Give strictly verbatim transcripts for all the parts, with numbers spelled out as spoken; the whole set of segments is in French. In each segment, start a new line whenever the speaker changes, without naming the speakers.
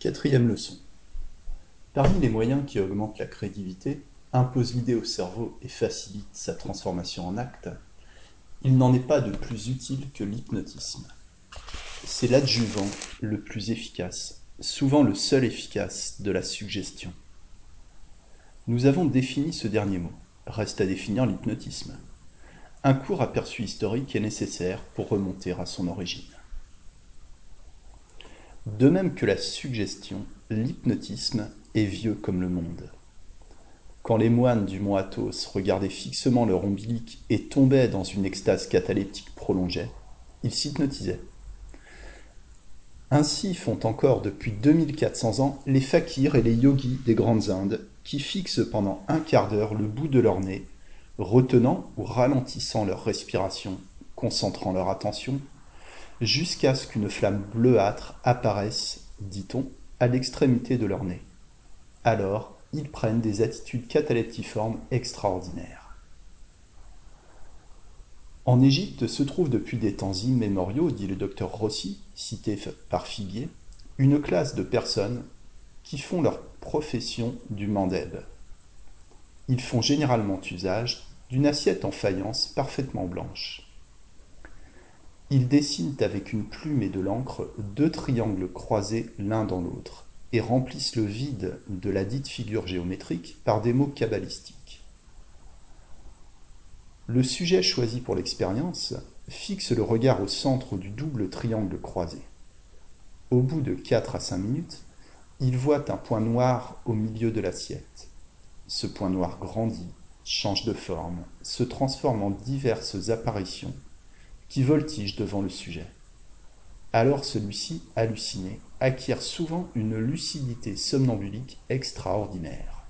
Quatrième leçon. Parmi les moyens qui augmentent la créativité, imposent l'idée au cerveau et facilitent sa transformation en acte, il n'en est pas de plus utile que l'hypnotisme. C'est l'adjuvant le plus efficace, souvent le seul efficace, de la suggestion. Nous avons défini ce dernier mot. Reste à définir l'hypnotisme. Un court aperçu historique est nécessaire pour remonter à son origine. De même que la suggestion, l'hypnotisme est vieux comme le monde. Quand les moines du mont Athos regardaient fixement leur ombilic et tombaient dans une extase cataleptique prolongée, ils s'hypnotisaient. Ainsi font encore depuis deux mille quatre cents ans les fakirs et les yogis des grandes Indes qui fixent pendant un quart d'heure le bout de leur nez, retenant ou ralentissant leur respiration, concentrant leur attention, jusqu'à ce qu'une flamme bleuâtre apparaisse, dit-on, à l'extrémité de leur nez. Alors, ils prennent des attitudes cataleptiformes extraordinaires. En Égypte se trouve depuis des temps immémoriaux, dit le docteur Rossi, cité par Figuier, une classe de personnes qui font leur profession du mandeb. Ils font généralement usage d'une assiette en faïence parfaitement blanche. Ils dessinent avec une plume et de l'encre deux triangles croisés l'un dans l'autre et remplissent le vide de la dite figure géométrique par des mots kabbalistiques. Le sujet choisi pour l'expérience fixe le regard au centre du double triangle croisé. Au bout de quatre à cinq minutes, il voit un point noir au milieu de l'assiette. Ce point noir grandit, change de forme, se transforme en diverses apparitions qui voltigent devant le sujet. Alors celui-ci, halluciné, acquiert souvent une lucidité somnambulique extraordinaire.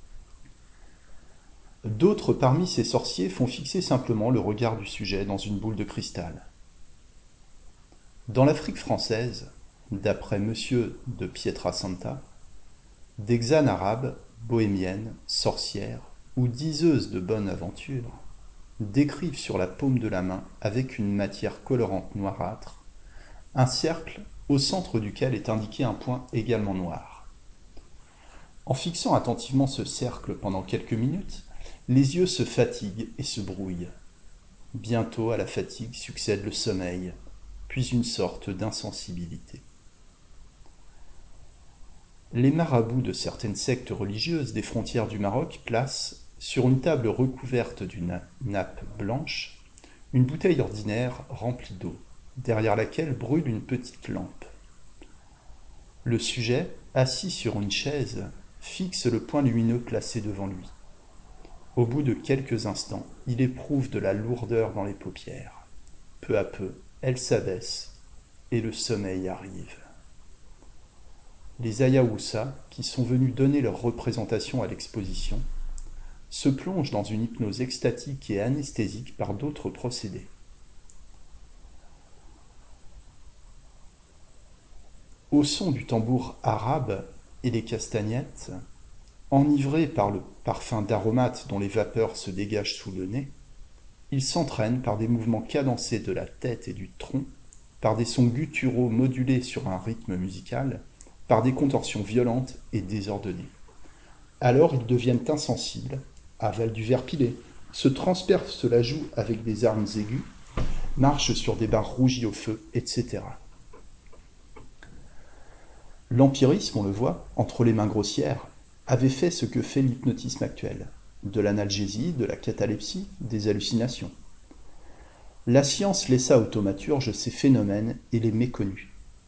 D'autres parmi ces sorciers font fixer simplement le regard du sujet dans une boule de cristal. Dans l'Afrique française, d'après M. de Pietrasanta, des xanes arabes, bohémiennes, sorcières ou diseuses de bonne aventure décrivent sur la paume de la main, avec une matière colorante noirâtre, un cercle au centre duquel est indiqué un point également noir. En fixant attentivement ce cercle pendant quelques minutes, les yeux se fatiguent et se brouillent. Bientôt à la fatigue succède le sommeil, puis une sorte d'insensibilité. Les marabouts de certaines sectes religieuses des frontières du Maroc placent, sur une table recouverte d'une nappe blanche, une bouteille ordinaire remplie d'eau, derrière laquelle brûle une petite lampe. Le sujet, assis sur une chaise, fixe le point lumineux placé devant lui. Au bout de quelques instants, il éprouve de la lourdeur dans les paupières. Peu à peu, elles s'abaissent et le sommeil arrive. Les Ayahuasca, qui sont venus donner leur représentation à l'exposition, se plongent dans une hypnose extatique et anesthésique par d'autres procédés. Au son du tambour arabe et des castagnettes, enivrés par le parfum d'aromates dont les vapeurs se dégagent sous le nez, ils s'entraînent par des mouvements cadencés de la tête et du tronc, par des sons gutturaux modulés sur un rythme musical, par des contorsions violentes et désordonnées. Alors ils deviennent insensibles, avalent du verre pilé, se transpercent la joue avec des armes aiguës, marchent sur des barres rougies au feu, et cetera. L'empirisme, on le voit, entre les mains grossières, avait fait ce que fait l'hypnotisme actuel, de l'analgésie, de la catalepsie, des hallucinations. La science laissa aux thaumaturges ces phénomènes et les méconnut.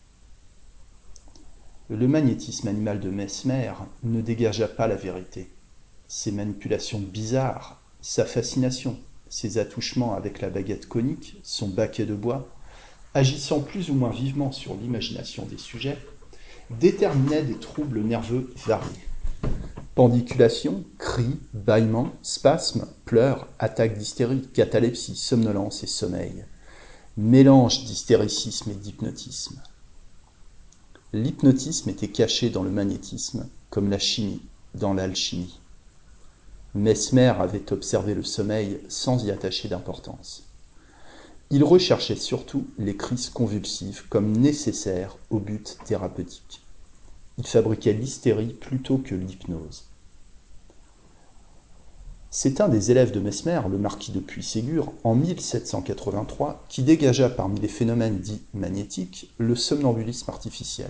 Le magnétisme animal de Mesmer ne dégagea pas la vérité. Ses manipulations bizarres, sa fascination, ses attouchements avec la baguette conique, son baquet de bois, agissant plus ou moins vivement sur l'imagination des sujets, déterminaient des troubles nerveux variés. Pendiculation, cris, bâillements, spasmes, pleurs, attaques d'hystérie, catalepsie, somnolence et sommeil. Mélange d'hystéricisme et d'hypnotisme. L'hypnotisme était caché dans le magnétisme, comme la chimie dans l'alchimie. Mesmer avait observé le sommeil sans y attacher d'importance. Il recherchait surtout les crises convulsives comme nécessaires au but thérapeutique. Il fabriquait l'hystérie plutôt que l'hypnose. C'est un des élèves de Mesmer, le marquis de Puységur, en mille sept cent quatre-vingt-trois, qui dégagea parmi les phénomènes dits magnétiques le somnambulisme artificiel.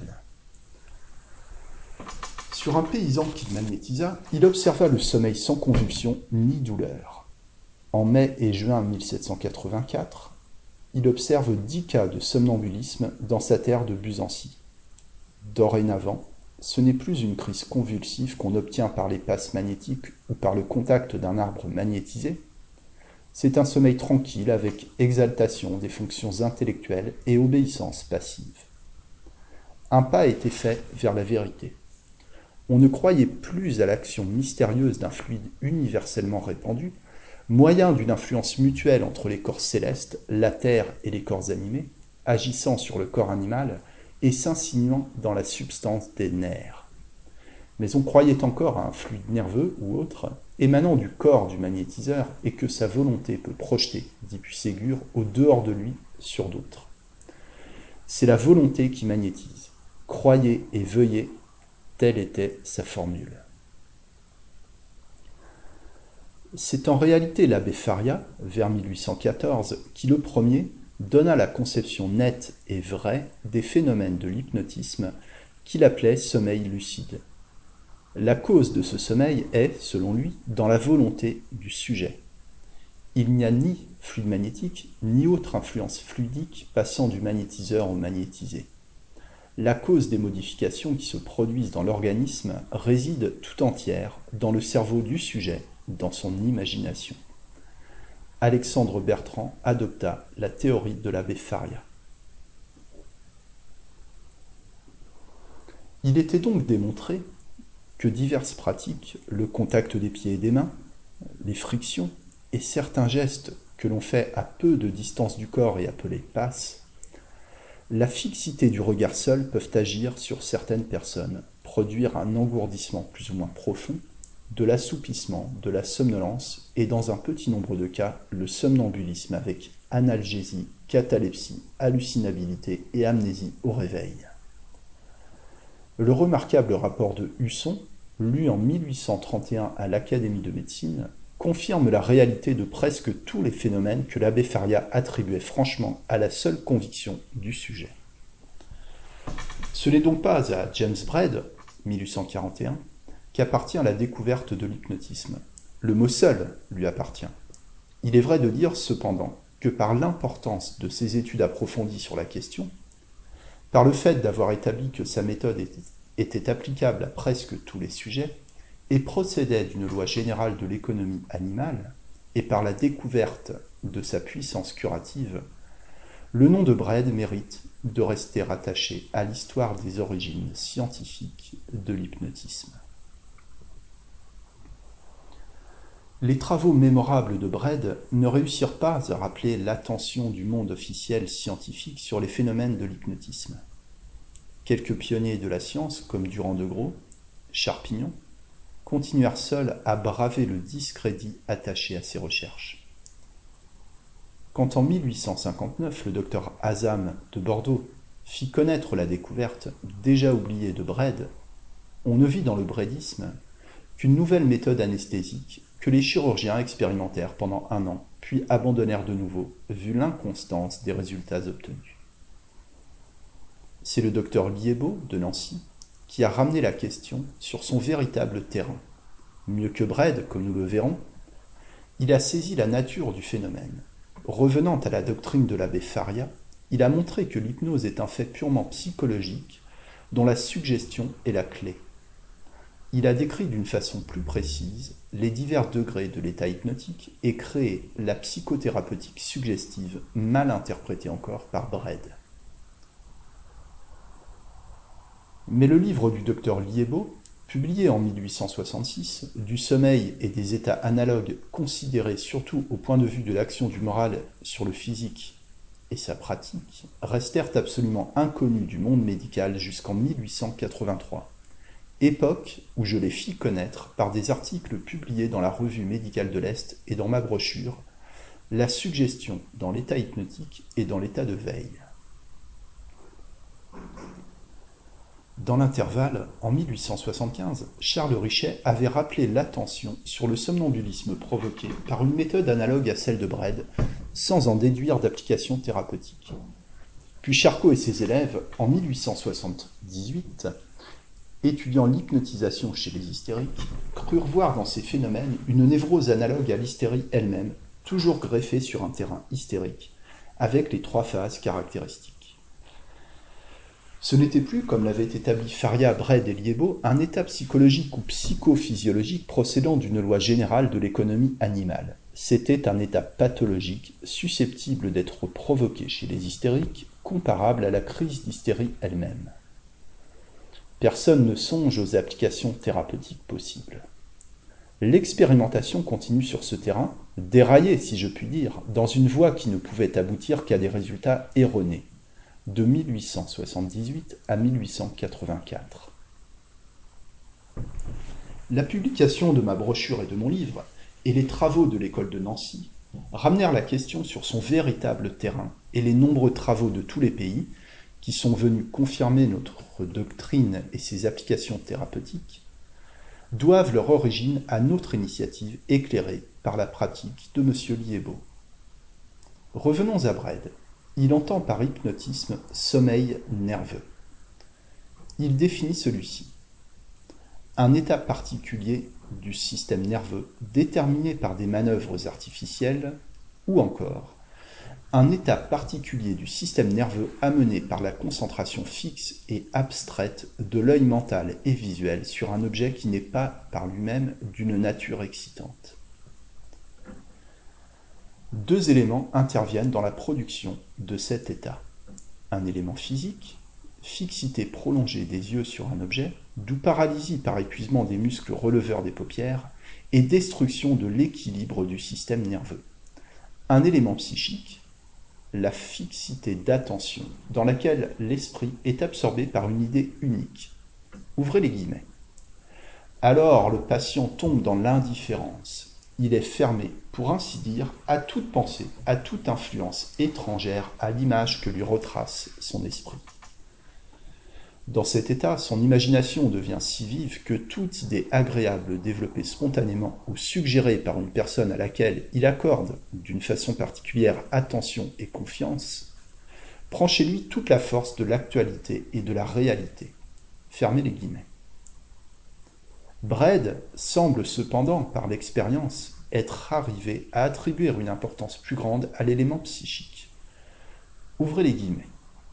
Sur un paysan qu'il magnétisa, il observa le sommeil sans convulsion ni douleur. En mai et juin mille sept cent quatre-vingt-quatre, il observe dix cas de somnambulisme dans sa terre de Buzancy. Dorénavant, ce n'est plus une crise convulsive qu'on obtient par les passes magnétiques ou par le contact d'un arbre magnétisé. C'est un sommeil tranquille avec exaltation des fonctions intellectuelles et obéissance passive. Un pas a été fait vers la vérité. On ne croyait plus à l'action mystérieuse d'un fluide universellement répandu, moyen d'une influence mutuelle entre les corps célestes, la terre et les corps animés, agissant sur le corps animal et s'insinuant dans la substance des nerfs. Mais on croyait encore à un fluide nerveux ou autre, émanant du corps du magnétiseur et que sa volonté peut projeter, dit Puységur, au dehors de lui sur d'autres. C'est la volonté qui magnétise. Croyez et veuillez, telle était sa formule. C'est en réalité l'abbé Faria, vers mille huit cent quatorze, qui le premier donna la conception nette et vraie des phénomènes de l'hypnotisme qu'il appelait sommeil lucide. La cause de ce sommeil est, selon lui, dans la volonté du sujet. Il n'y a ni fluide magnétique, ni autre influence fluidique passant du magnétiseur au magnétisé. La cause des modifications qui se produisent dans l'organisme réside tout entière dans le cerveau du sujet, dans son imagination. Alexandre Bertrand adopta la théorie de l'abbé Faria. Il était donc démontré que diverses pratiques, le contact des pieds et des mains, les frictions et certains gestes que l'on fait à peu de distance du corps et appelés passes, la fixité du regard seul peuvent agir sur certaines personnes, produire un engourdissement plus ou moins profond, de l'assoupissement, de la somnolence et dans un petit nombre de cas, le somnambulisme avec analgésie, catalepsie, hallucinabilité et amnésie au réveil. Le remarquable rapport de Husson, lu en mille huit cent trente et un à l'Académie de médecine, confirme la réalité de presque tous les phénomènes que l'abbé Faria attribuait franchement à la seule conviction du sujet. Ce n'est donc pas à James Braid, mille huit cent quarante et un, qu'appartient la découverte de l'hypnotisme. Le mot seul lui appartient. Il est vrai de dire cependant que par l'importance de ses études approfondies sur la question, par le fait d'avoir établi que sa méthode était, était applicable à presque tous les sujets, et procédait d'une loi générale de l'économie animale, et par la découverte de sa puissance curative, le nom de Braid mérite de rester rattaché à l'histoire des origines scientifiques de l'hypnotisme. Les travaux mémorables de Braid ne réussirent pas à rappeler l'attention du monde officiel scientifique sur les phénomènes de l'hypnotisme. Quelques pionniers de la science, comme Durand-de-Gros, Charpignon, continuèrent seuls à braver le discrédit attaché à ces recherches. Quand en mille huit cent cinquante-neuf, le docteur Azam de Bordeaux fit connaître la découverte, déjà oubliée de Braid, on ne vit dans le braidisme qu'une nouvelle méthode anesthésique que les chirurgiens expérimentèrent pendant un an, puis abandonnèrent de nouveau, vu l'inconstance des résultats obtenus. C'est le docteur Liébaud, de Nancy, qui a ramené la question sur son véritable terrain. Mieux que Braid, comme nous le verrons, il a saisi la nature du phénomène. Revenant à la doctrine de l'abbé Faria, il a montré que l'hypnose est un fait purement psychologique dont la suggestion est la clé. Il a décrit d'une façon plus précise les divers degrés de l'état hypnotique et créé la psychothérapeutique suggestive, mal interprétée encore par Braid. Mais le livre du docteur Liébaud, publié en mille huit cent soixante-six, du sommeil et des états analogues considérés surtout au point de vue de l'action du moral sur le physique et sa pratique, restèrent absolument inconnus du monde médical jusqu'en mille huit cent quatre-vingt-trois. Époque où je les fis connaître par des articles publiés dans la Revue médicale de l'Est et dans ma brochure « La suggestion dans l'état hypnotique et dans l'état de veille ». Dans l'intervalle, en mille huit cent soixante-quinze, Charles Richet avait rappelé l'attention sur le somnambulisme provoqué par une méthode analogue à celle de Brede, sans en déduire d'application thérapeutique. Puis Charcot et ses élèves, en mille huit cent soixante-dix-huit, étudiant l'hypnotisation chez les hystériques, crurent voir dans ces phénomènes une névrose analogue à l'hystérie elle-même, toujours greffée sur un terrain hystérique, avec les trois phases caractéristiques. Ce n'était plus, comme l'avaient établi Faria, Brede et Liébaud, un état psychologique ou psychophysiologique procédant d'une loi générale de l'économie animale. C'était un état pathologique susceptible d'être provoqué chez les hystériques, comparable à la crise d'hystérie elle-même. Personne ne songe aux applications thérapeutiques possibles. L'expérimentation continue sur ce terrain, déraillée, si je puis dire, dans une voie qui ne pouvait aboutir qu'à des résultats erronés, de mille huit cent soixante-dix-huit à mille huit cent quatre-vingt-quatre. La publication de ma brochure et de mon livre, et les travaux de l'école de Nancy, ramenèrent la question sur son véritable terrain, et les nombreux travaux de tous les pays, qui sont venus confirmer notre doctrine et ses applications thérapeutiques, doivent leur origine à notre initiative éclairée par la pratique de M. Liébaud. Revenons à Brede. Il entend par hypnotisme sommeil nerveux. Il définit celui-ci. Un état particulier du système nerveux déterminé par des manœuvres artificielles, ou encore un état particulier du système nerveux amené par la concentration fixe et abstraite de l'œil mental et visuel sur un objet qui n'est pas par lui-même d'une nature excitante. Deux éléments interviennent dans la production de cet état. Un élément physique, fixité prolongée des yeux sur un objet, d'où paralysie par épuisement des muscles releveurs des paupières et destruction de l'équilibre du système nerveux. Un élément psychique, la fixité d'attention dans laquelle l'esprit est absorbé par une idée unique. Ouvrez les guillemets. Alors le patient tombe dans l'indifférence. Il est fermé, pour ainsi dire, à toute pensée, à toute influence étrangère à l'image que lui retrace son esprit. Dans cet état, son imagination devient si vive que toute idée agréable développée spontanément ou suggérée par une personne à laquelle il accorde, d'une façon particulière, attention et confiance, prend chez lui toute la force de l'actualité et de la réalité. Fermez les guillemets. Brede semble cependant, par l'expérience, être arrivé à attribuer une importance plus grande à l'élément psychique. Ouvrez les guillemets.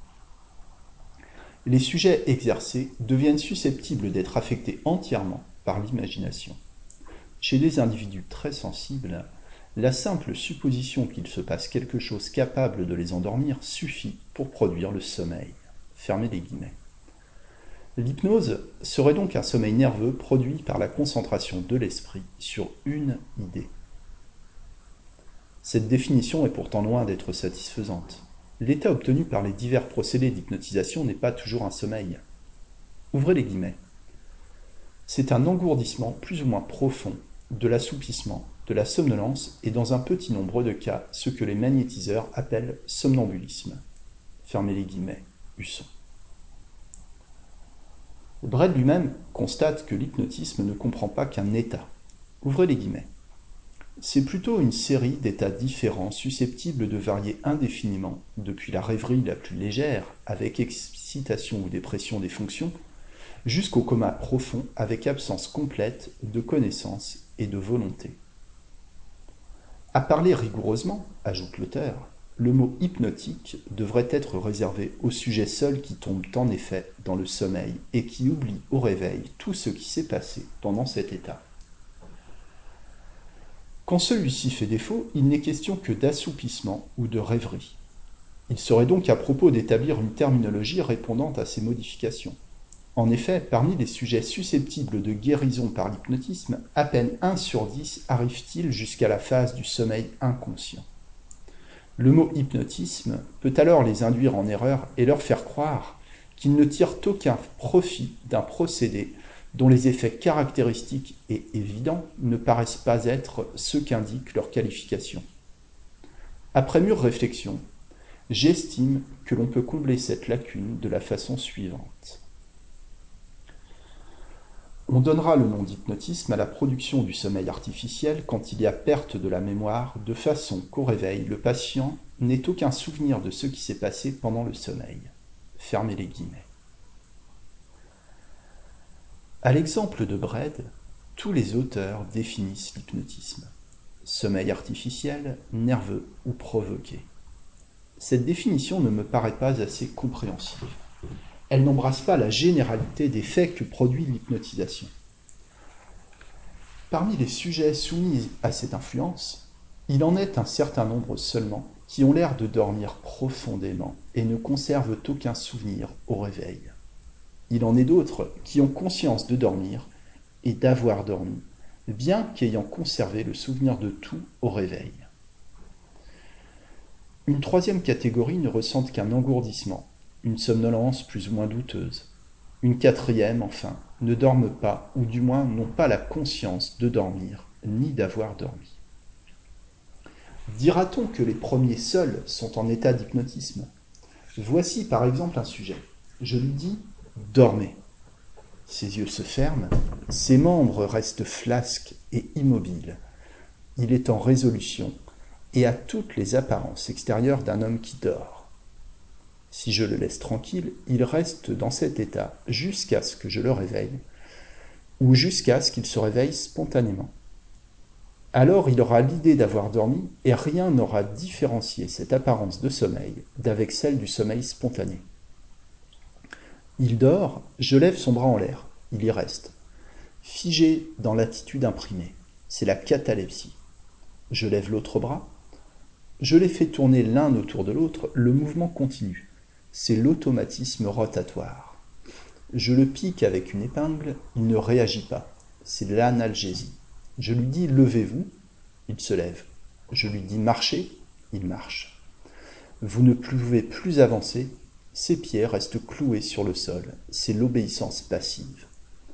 Les sujets exercés deviennent susceptibles d'être affectés entièrement par l'imagination. Chez des individus très sensibles, la simple supposition qu'il se passe quelque chose capable de les endormir suffit pour produire le sommeil. Fermez les guillemets. L'hypnose serait donc un sommeil nerveux produit par la concentration de l'esprit sur une idée. Cette définition est pourtant loin d'être satisfaisante. L'état obtenu par les divers procédés d'hypnotisation n'est pas toujours un sommeil. Ouvrez les guillemets. C'est un engourdissement plus ou moins profond de l'assoupissement, de la somnolence et dans un petit nombre de cas ce que les magnétiseurs appellent somnambulisme. Fermez les guillemets, Husson. Brede lui-même constate que l'hypnotisme ne comprend pas qu'un état. Ouvrez les guillemets. C'est plutôt une série d'états différents susceptibles de varier indéfiniment, depuis la rêverie la plus légère, avec excitation ou dépression des fonctions, jusqu'au coma profond avec absence complète de connaissance et de volonté. À parler rigoureusement, ajoute l'auteur, le mot hypnotique devrait être réservé aux sujets seuls qui tombent en effet dans le sommeil et qui oublient au réveil tout ce qui s'est passé pendant cet état. Quand celui-ci fait défaut, il n'est question que d'assoupissement ou de rêverie. Il serait donc à propos d'établir une terminologie répondant à ces modifications. En effet, parmi les sujets susceptibles de guérison par l'hypnotisme, à peine un sur dix arrive-t-il jusqu'à la phase du sommeil inconscient. Le mot hypnotisme peut alors les induire en erreur et leur faire croire qu'ils ne tirent aucun profit d'un procédé dont les effets caractéristiques et évidents ne paraissent pas être ceux qu'indique leur qualification. Après mûre réflexion, j'estime que l'on peut combler cette lacune de la façon suivante. On donnera le nom d'hypnotisme à la production du sommeil artificiel quand il y a perte de la mémoire, de façon qu'au réveil, le patient n'ait aucun souvenir de ce qui s'est passé pendant le sommeil. Fermez les guillemets. À l'exemple de Braid, tous les auteurs définissent l'hypnotisme. Sommeil artificiel, nerveux ou provoqué. Cette définition ne me paraît pas assez compréhensive. Elle n'embrasse pas la généralité des faits que produit l'hypnotisation. Parmi les sujets soumis à cette influence, il en est un certain nombre seulement qui ont l'air de dormir profondément et ne conservent aucun souvenir au réveil. Il en est d'autres qui ont conscience de dormir et d'avoir dormi, bien qu'ayant conservé le souvenir de tout au réveil. Une troisième catégorie ne ressente qu'un engourdissement, une somnolence plus ou moins douteuse. Une quatrième, enfin, ne dorment pas, ou du moins n'ont pas la conscience de dormir, ni d'avoir dormi. Dira-t-on que les premiers seuls sont en état d'hypnotisme ? Voici par exemple un sujet. Je lui dis « dormez ». Ses yeux se ferment, ses membres restent flasques et immobiles. Il est en résolution et a toutes les apparences extérieures d'un homme qui dort. Si je le laisse tranquille, il reste dans cet état jusqu'à ce que je le réveille, ou jusqu'à ce qu'il se réveille spontanément. Alors il aura l'idée d'avoir dormi et rien n'aura différencié cette apparence de sommeil d'avec celle du sommeil spontané. Il dort, je lève son bras en l'air, il y reste. Figé dans l'attitude imprimée, c'est la catalepsie. Je lève l'autre bras, je les fais tourner l'un autour de l'autre, le mouvement continue. C'est l'automatisme rotatoire. Je le pique avec une épingle, il ne réagit pas. C'est l'analgésie. Je lui dis « levez-vous », il se lève. Je lui dis « marchez », il marche. Vous ne pouvez plus avancer, ses pieds restent cloués sur le sol. C'est l'obéissance passive.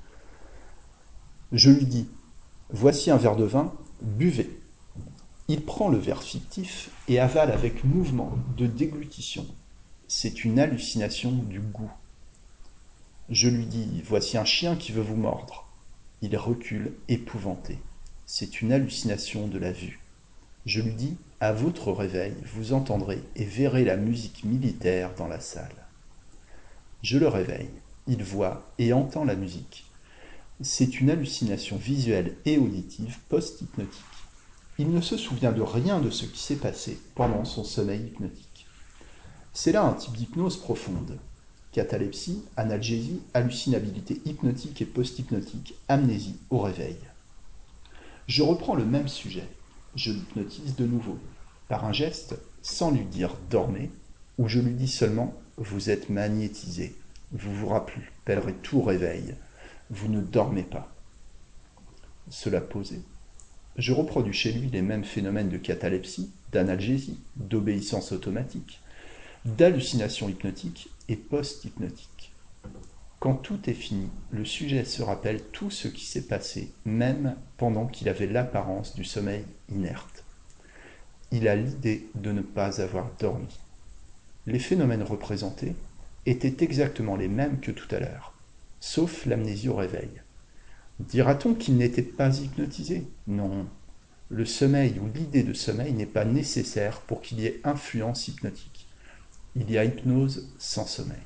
Je lui dis « voici un verre de vin, buvez ». Il prend le verre fictif et avale avec mouvement de déglutition. C'est une hallucination du goût. Je lui dis « voici un chien qui veut vous mordre ». Il recule, épouvanté. C'est une hallucination de la vue. Je lui dis « à votre réveil, vous entendrez et verrez la musique militaire dans la salle ». Je le réveille. Il voit et entend la musique. C'est une hallucination visuelle et auditive post-hypnotique. Il ne se souvient de rien de ce qui s'est passé pendant son sommeil hypnotique. C'est là un type d'hypnose profonde. Catalepsie, analgésie, hallucinabilité hypnotique et post-hypnotique, amnésie au réveil. Je reprends le même sujet. Je l'hypnotise de nouveau, par un geste, sans lui dire « dormez », ou je lui dis seulement « vous êtes magnétisé, vous vous rappellerez tout au réveil, vous ne dormez pas ». Cela posé, je reproduis chez lui les mêmes phénomènes de catalepsie, d'analgésie, d'obéissance automatique, d'hallucination hypnotique et post-hypnotique. Quand tout est fini, le sujet se rappelle tout ce qui s'est passé, même pendant qu'il avait l'apparence du sommeil inerte. Il a l'idée de ne pas avoir dormi. Les phénomènes représentés étaient exactement les mêmes que tout à l'heure, sauf l'amnésie au réveil. Dira-t-on qu'il n'était pas hypnotisé ? Non. Le sommeil ou l'idée de sommeil n'est pas nécessaire pour qu'il y ait influence hypnotique. Il y a hypnose sans sommeil.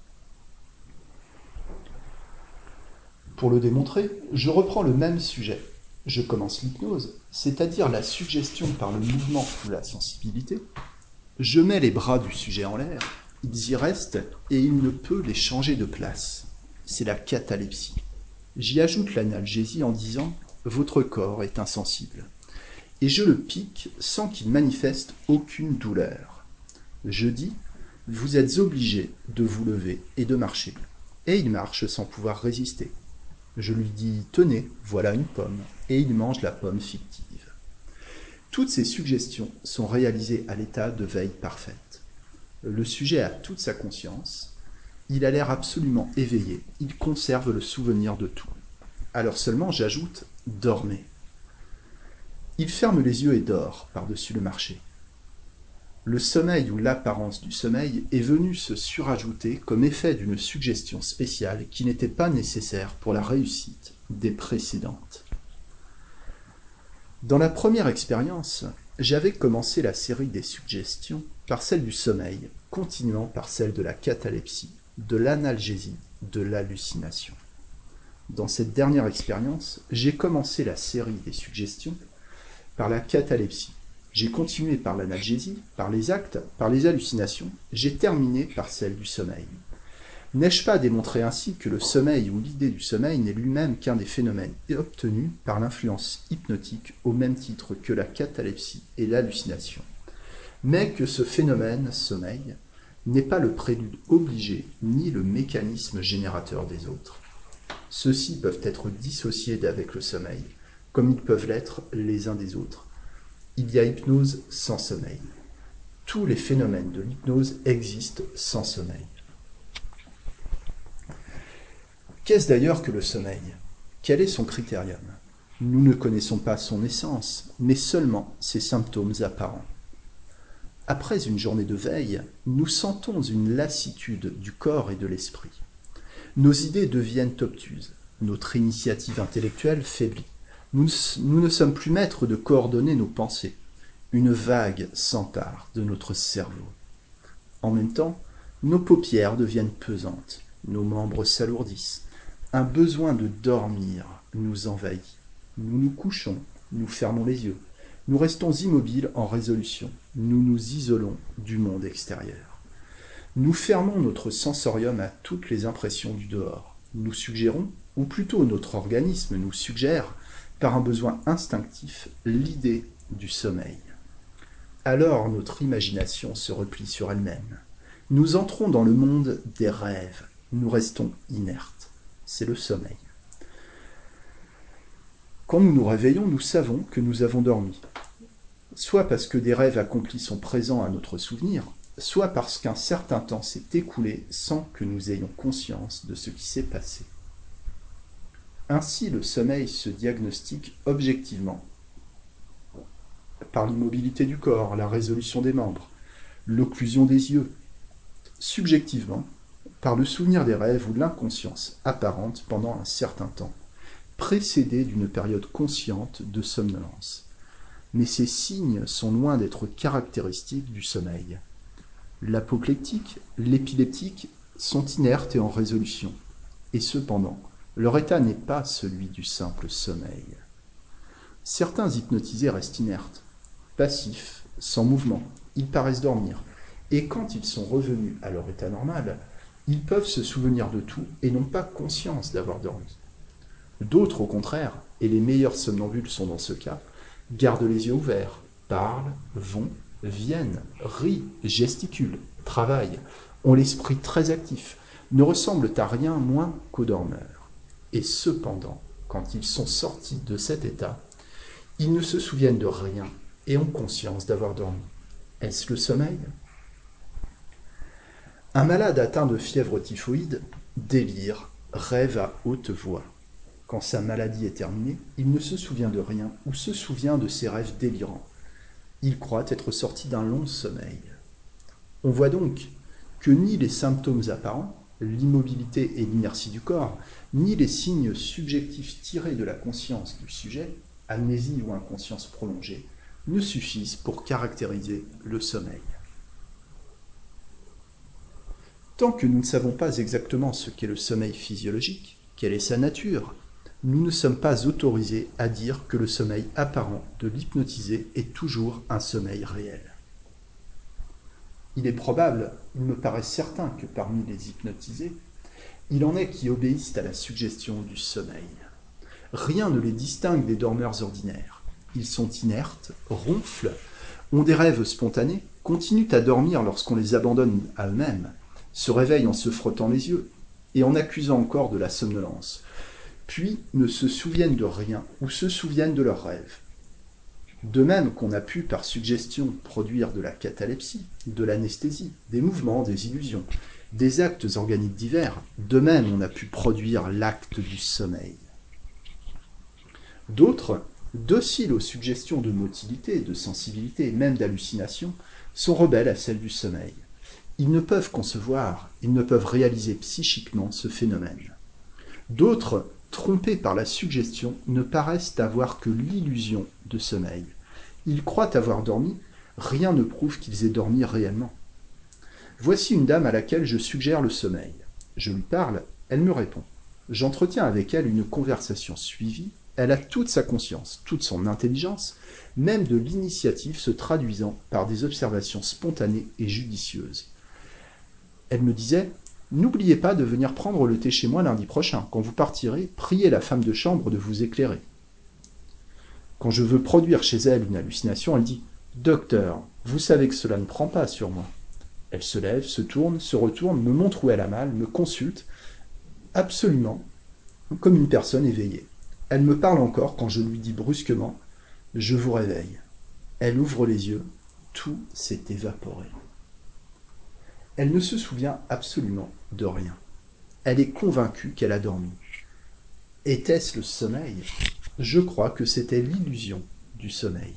Pour le démontrer, je reprends le même sujet. Je commence l'hypnose, c'est-à-dire la suggestion par le mouvement ou la sensibilité. Je mets les bras du sujet en l'air, ils y restent et il ne peut les changer de place. C'est la catalepsie. J'y ajoute l'analgésie en disant « votre corps est insensible ». Et je le pique sans qu'il manifeste aucune douleur. Je dis « vous êtes obligé de vous lever et de marcher ». Et il marche sans pouvoir résister. Je lui dis « tenez, voilà une pomme » et il mange la pomme fictive. Toutes ces suggestions sont réalisées à l'état de veille parfaite. Le sujet a toute sa conscience, il a l'air absolument éveillé, il conserve le souvenir de tout. Alors seulement j'ajoute « dormez ». Il ferme les yeux et dort par-dessus le marché. Le sommeil ou l'apparence du sommeil est venu se surajouter comme effet d'une suggestion spéciale qui n'était pas nécessaire pour la réussite des précédentes. Dans la première expérience, j'avais commencé la série des suggestions par celle du sommeil, continuant par celle de la catalepsie, de l'analgésie, de l'hallucination. Dans cette dernière expérience, j'ai commencé la série des suggestions par la catalepsie. J'ai continué par l'analgésie, par les actes, par les hallucinations. J'ai terminé par celle du sommeil. N'ai-je pas démontré ainsi que le sommeil ou l'idée du sommeil n'est lui-même qu'un des phénomènes obtenus par l'influence hypnotique au même titre que la catalepsie et l'hallucination, mais que ce phénomène sommeil n'est pas le prélude obligé ni le mécanisme générateur des autres. Ceux-ci peuvent être dissociés d'avec le sommeil, comme ils peuvent l'être les uns des autres. Il y a hypnose sans sommeil. Tous les phénomènes de l'hypnose existent sans sommeil. Qu'est-ce d'ailleurs que le sommeil? Quel est son critérium? Nous ne connaissons pas son essence, mais seulement ses symptômes apparents. Après une journée de veille, nous sentons une lassitude du corps et de l'esprit. Nos idées deviennent obtuses, notre initiative intellectuelle faiblit. Nous, nous ne sommes plus maîtres de coordonner nos pensées. Une vague s'empare de notre cerveau. En même temps, nos paupières deviennent pesantes, nos membres s'alourdissent. Un besoin de dormir nous envahit. Nous nous couchons, nous fermons les yeux. Nous restons immobiles en résolution. Nous nous isolons du monde extérieur. Nous fermons notre sensorium à toutes les impressions du dehors. Nous suggérons, ou plutôt notre organisme nous suggère, par un besoin instinctif, l'idée du sommeil. Alors notre imagination se replie sur elle-même. Nous entrons dans le monde des rêves. Nous restons inertes. C'est le sommeil. Quand nous nous réveillons, nous savons que nous avons dormi. Soit parce que des rêves accomplis sont présents à notre souvenir, soit parce qu'un certain temps s'est écoulé sans que nous ayons conscience de ce qui s'est passé. Ainsi, le sommeil se diagnostique objectivement par l'immobilité du corps, la résolution des membres, l'occlusion des yeux, subjectivement par le souvenir des rêves ou l'inconscience apparente pendant un certain temps, précédée d'une période consciente de somnolence. Mais ces signes sont loin d'être caractéristiques du sommeil. L'apoplectique, l'épileptique sont inertes et en résolution, et cependant, leur état n'est pas celui du simple sommeil. Certains hypnotisés restent inertes, passifs, sans mouvement, ils paraissent dormir, et quand ils sont revenus à leur état normal, ils peuvent se souvenir de tout et n'ont pas conscience d'avoir dormi. D'autres, au contraire, et les meilleurs somnambules sont dans ce cas, gardent les yeux ouverts, parlent, vont, viennent, rient, gesticulent, travaillent, ont l'esprit très actif, ne ressemblent à rien moins qu'aux dormeurs. Et cependant, quand ils sont sortis de cet état, ils ne se souviennent de rien et ont conscience d'avoir dormi. Est-ce le sommeil? Un malade atteint de fièvre typhoïde délire, rêve à haute voix. Quand sa maladie est terminée, il ne se souvient de rien ou se souvient de ses rêves délirants. Il croit être sorti d'un long sommeil. On voit donc que ni les symptômes apparents, l'immobilité et l'inertie du corps, ni les signes subjectifs tirés de la conscience du sujet, amnésie ou inconscience prolongée, ne suffisent pour caractériser le sommeil. Tant que nous ne savons pas exactement ce qu'est le sommeil physiologique, quelle est sa nature, nous ne sommes pas autorisés à dire que le sommeil apparent de l'hypnotisé est toujours un sommeil réel. Il est probable, il me paraît certain que parmi les hypnotisés, il en est qui obéissent à la suggestion du sommeil. Rien ne les distingue des dormeurs ordinaires. Ils sont inertes, ronflent, ont des rêves spontanés, continuent à dormir lorsqu'on les abandonne à eux-mêmes, se réveillent en se frottant les yeux et en accusant encore de la somnolence, puis ne se souviennent de rien ou se souviennent de leurs rêves. De même qu'on a pu, par suggestion, produire de la catalepsie, de l'anesthésie, des mouvements, des illusions, des actes organiques divers, de même on a pu produire l'acte du sommeil. D'autres, dociles aux suggestions de motilité, de sensibilité, même d'hallucination, sont rebelles à celles du sommeil. Ils ne peuvent concevoir, ils ne peuvent réaliser psychiquement ce phénomène. D'autres, trompés par la suggestion, ne paraissent avoir que l'illusion de sommeil. Ils croient avoir dormi, rien ne prouve qu'ils aient dormi réellement. Voici une dame à laquelle je suggère le sommeil. Je lui parle, elle me répond. J'entretiens avec elle une conversation suivie, elle a toute sa conscience, toute son intelligence, même de l'initiative se traduisant par des observations spontanées et judicieuses. Elle me disait « N'oubliez pas de venir prendre le thé chez moi lundi prochain. Quand vous partirez, priez la femme de chambre de vous éclairer. » Quand je veux produire chez elle une hallucination, elle dit « Docteur, vous savez que cela ne prend pas sur moi. » Elle se lève, se tourne, se retourne, me montre où elle a mal, me consulte, absolument comme une personne éveillée. Elle me parle encore quand je lui dis brusquement « Je vous réveille ». Elle ouvre les yeux, tout s'est évaporé. Elle ne se souvient absolument de rien. Elle est convaincue qu'elle a dormi. Était-ce le sommeil? Je crois que c'était l'illusion du sommeil.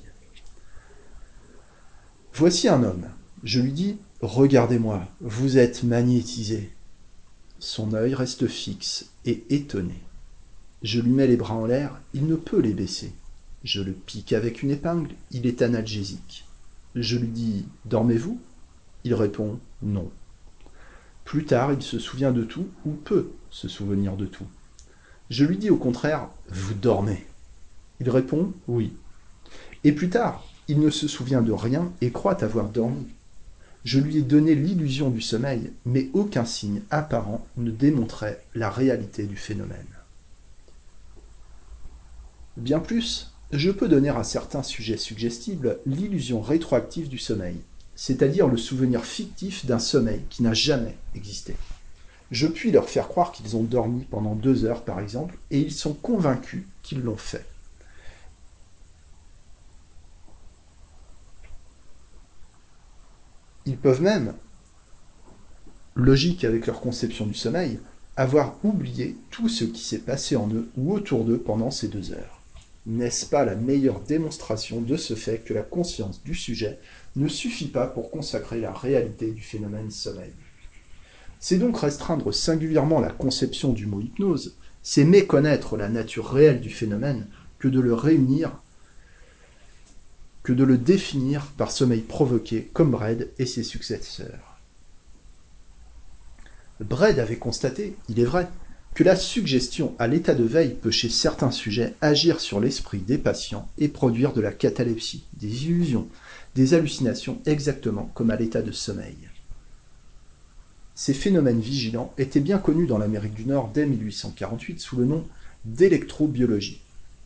Voici un homme. Je lui dis « Regardez-moi, vous êtes magnétisé ». Son œil reste fixe et étonné. Je lui mets les bras en l'air, il ne peut les baisser. Je le pique avec une épingle, il est analgésique. Je lui dis « Dormez-vous » Il répond « Non ». Plus tard, il se souvient de tout, ou peut se souvenir de tout. Je lui dis au contraire « Vous dormez ». Il répond « Oui ». Et plus tard, il ne se souvient de rien et croit avoir dormi. Je lui ai donné l'illusion du sommeil, mais aucun signe apparent ne démontrait la réalité du phénomène. Bien plus, je peux donner à certains sujets suggestibles l'illusion rétroactive du sommeil, c'est-à-dire le souvenir fictif d'un sommeil qui n'a jamais existé. Je puis leur faire croire qu'ils ont dormi pendant deux heures, par exemple, et ils sont convaincus qu'ils l'ont fait. Ils peuvent même, logique avec leur conception du sommeil, avoir oublié tout ce qui s'est passé en eux ou autour d'eux pendant ces deux heures. N'est-ce pas la meilleure démonstration de ce fait que la conscience du sujet ne suffit pas pour consacrer la réalité du phénomène sommeil? C'est donc restreindre singulièrement la conception du mot hypnose, c'est méconnaître la nature réelle du phénomène que de le réunir, que de le définir par sommeil provoqué comme Bread et ses successeurs. Bread avait constaté, il est vrai, que la suggestion à l'état de veille peut chez certains sujets agir sur l'esprit des patients et produire de la catalepsie, des illusions, des hallucinations exactement comme à l'état de sommeil. Ces phénomènes vigilants étaient bien connus dans l'Amérique du Nord dès mille huit cent quarante-huit sous le nom d'électrobiologie.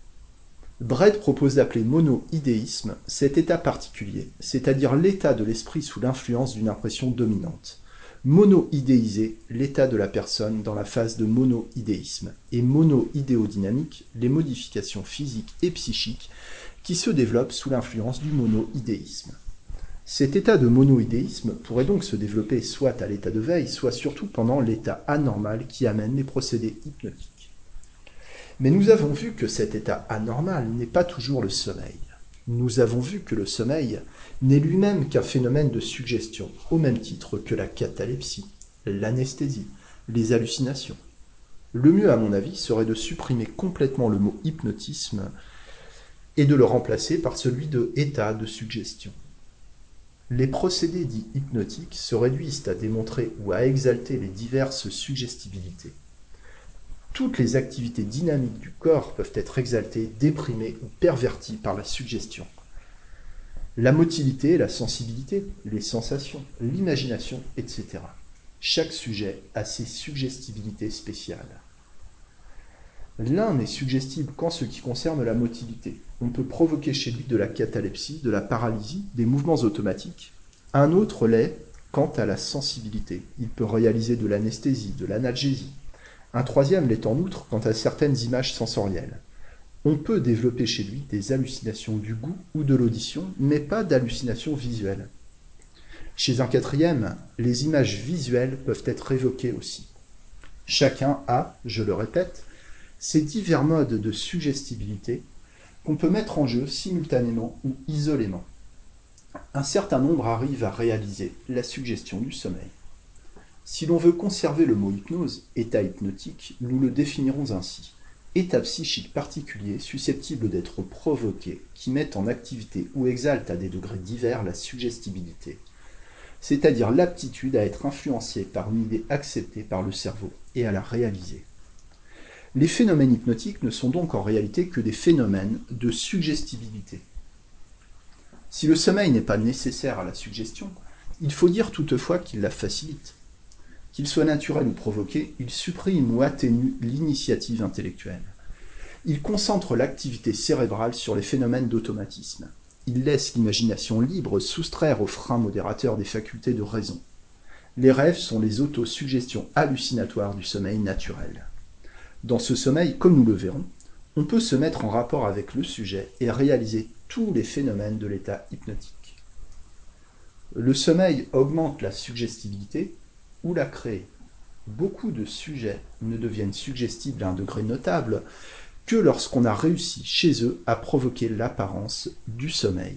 Bread propose d'appeler monoïdéisme cet état particulier, c'est-à-dire l'état de l'esprit sous l'influence d'une impression dominante. Monoïdéisé, l'état de la personne dans la phase de monoïdéisme, et monoïdéodynamique, les modifications physiques et psychiques qui se développent sous l'influence du monoïdéisme. Cet état de monoïdéisme pourrait donc se développer soit à l'état de veille, soit surtout pendant l'état anormal qui amène les procédés hypnotiques. Mais nous avons vu que cet état anormal n'est pas toujours le sommeil. Nous avons vu que le sommeil n'est lui-même qu'un phénomène de suggestion, au même titre que la catalepsie, l'anesthésie, les hallucinations. Le mieux, à mon avis, serait de supprimer complètement le mot hypnotisme et de le remplacer par celui de état de suggestion. Les procédés dits hypnotiques se réduisent à démontrer ou à exalter les diverses suggestibilités. Toutes les activités dynamiques du corps peuvent être exaltées, déprimées ou perverties par la suggestion. La motilité, la sensibilité, les sensations, l'imagination, et cetera. Chaque sujet a ses suggestibilités spéciales. L'un n'est suggestible qu'en ce qui concerne la motilité. On peut provoquer chez lui de la catalepsie, de la paralysie, des mouvements automatiques. Un autre l'est quant à la sensibilité. Il peut réaliser de l'anesthésie, de l'analgésie. Un troisième l'est en outre quant à certaines images sensorielles. On peut développer chez lui des hallucinations du goût ou de l'audition, mais pas d'hallucinations visuelles. Chez un quatrième, les images visuelles peuvent être évoquées aussi. Chacun a, je le répète, ces divers modes de suggestibilité qu'on peut mettre en jeu simultanément ou isolément. Un certain nombre arrivent à réaliser la suggestion du sommeil. Si l'on veut conserver le mot hypnose, état hypnotique, nous le définirons ainsi. État psychique particulier susceptible d'être provoqué, qui met en activité ou exalte à des degrés divers la suggestibilité, c'est-à-dire l'aptitude à être influencé par une idée acceptée par le cerveau et à la réaliser. Les phénomènes hypnotiques ne sont donc en réalité que des phénomènes de suggestibilité. Si le sommeil n'est pas nécessaire à la suggestion, il faut dire toutefois qu'il la facilite. Qu'il soit naturel ou provoqué, il supprime ou atténue l'initiative intellectuelle. Il concentre l'activité cérébrale sur les phénomènes d'automatisme. Il laisse l'imagination libre soustraire aux freins modérateurs des facultés de raison. Les rêves sont les autosuggestions hallucinatoires du sommeil naturel. Dans ce sommeil, comme nous le verrons, on peut se mettre en rapport avec le sujet et réaliser tous les phénomènes de l'état hypnotique. Le sommeil augmente la suggestibilité ou la crée. Beaucoup de sujets ne deviennent suggestibles à un degré notable que lorsqu'on a réussi chez eux à provoquer l'apparence du sommeil.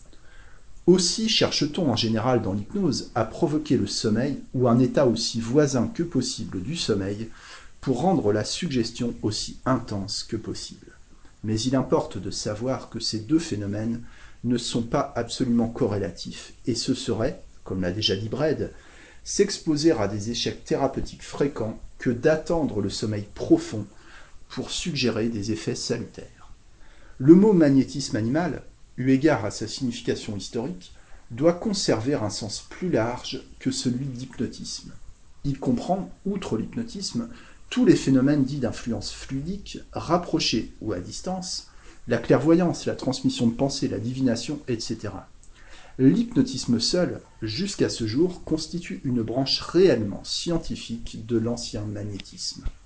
Aussi cherche-t-on en général dans l'hypnose à provoquer le sommeil ou un état aussi voisin que possible du sommeil pour rendre la suggestion aussi intense que possible. Mais il importe de savoir que ces deux phénomènes ne sont pas absolument corrélatifs et ce serait, comme l'a déjà dit Braid, s'exposer à des échecs thérapeutiques fréquents que d'attendre le sommeil profond pour suggérer des effets salutaires. Le mot magnétisme animal, eu égard à sa signification historique, doit conserver un sens plus large que celui d'hypnotisme. Il comprend, outre l'hypnotisme, tous les phénomènes dits d'influence fluidique, rapprochés ou à distance, la clairvoyance, la transmission de pensée, la divination, et cetera. L'hypnotisme seul, jusqu'à ce jour, constitue une branche réellement scientifique de l'ancien magnétisme.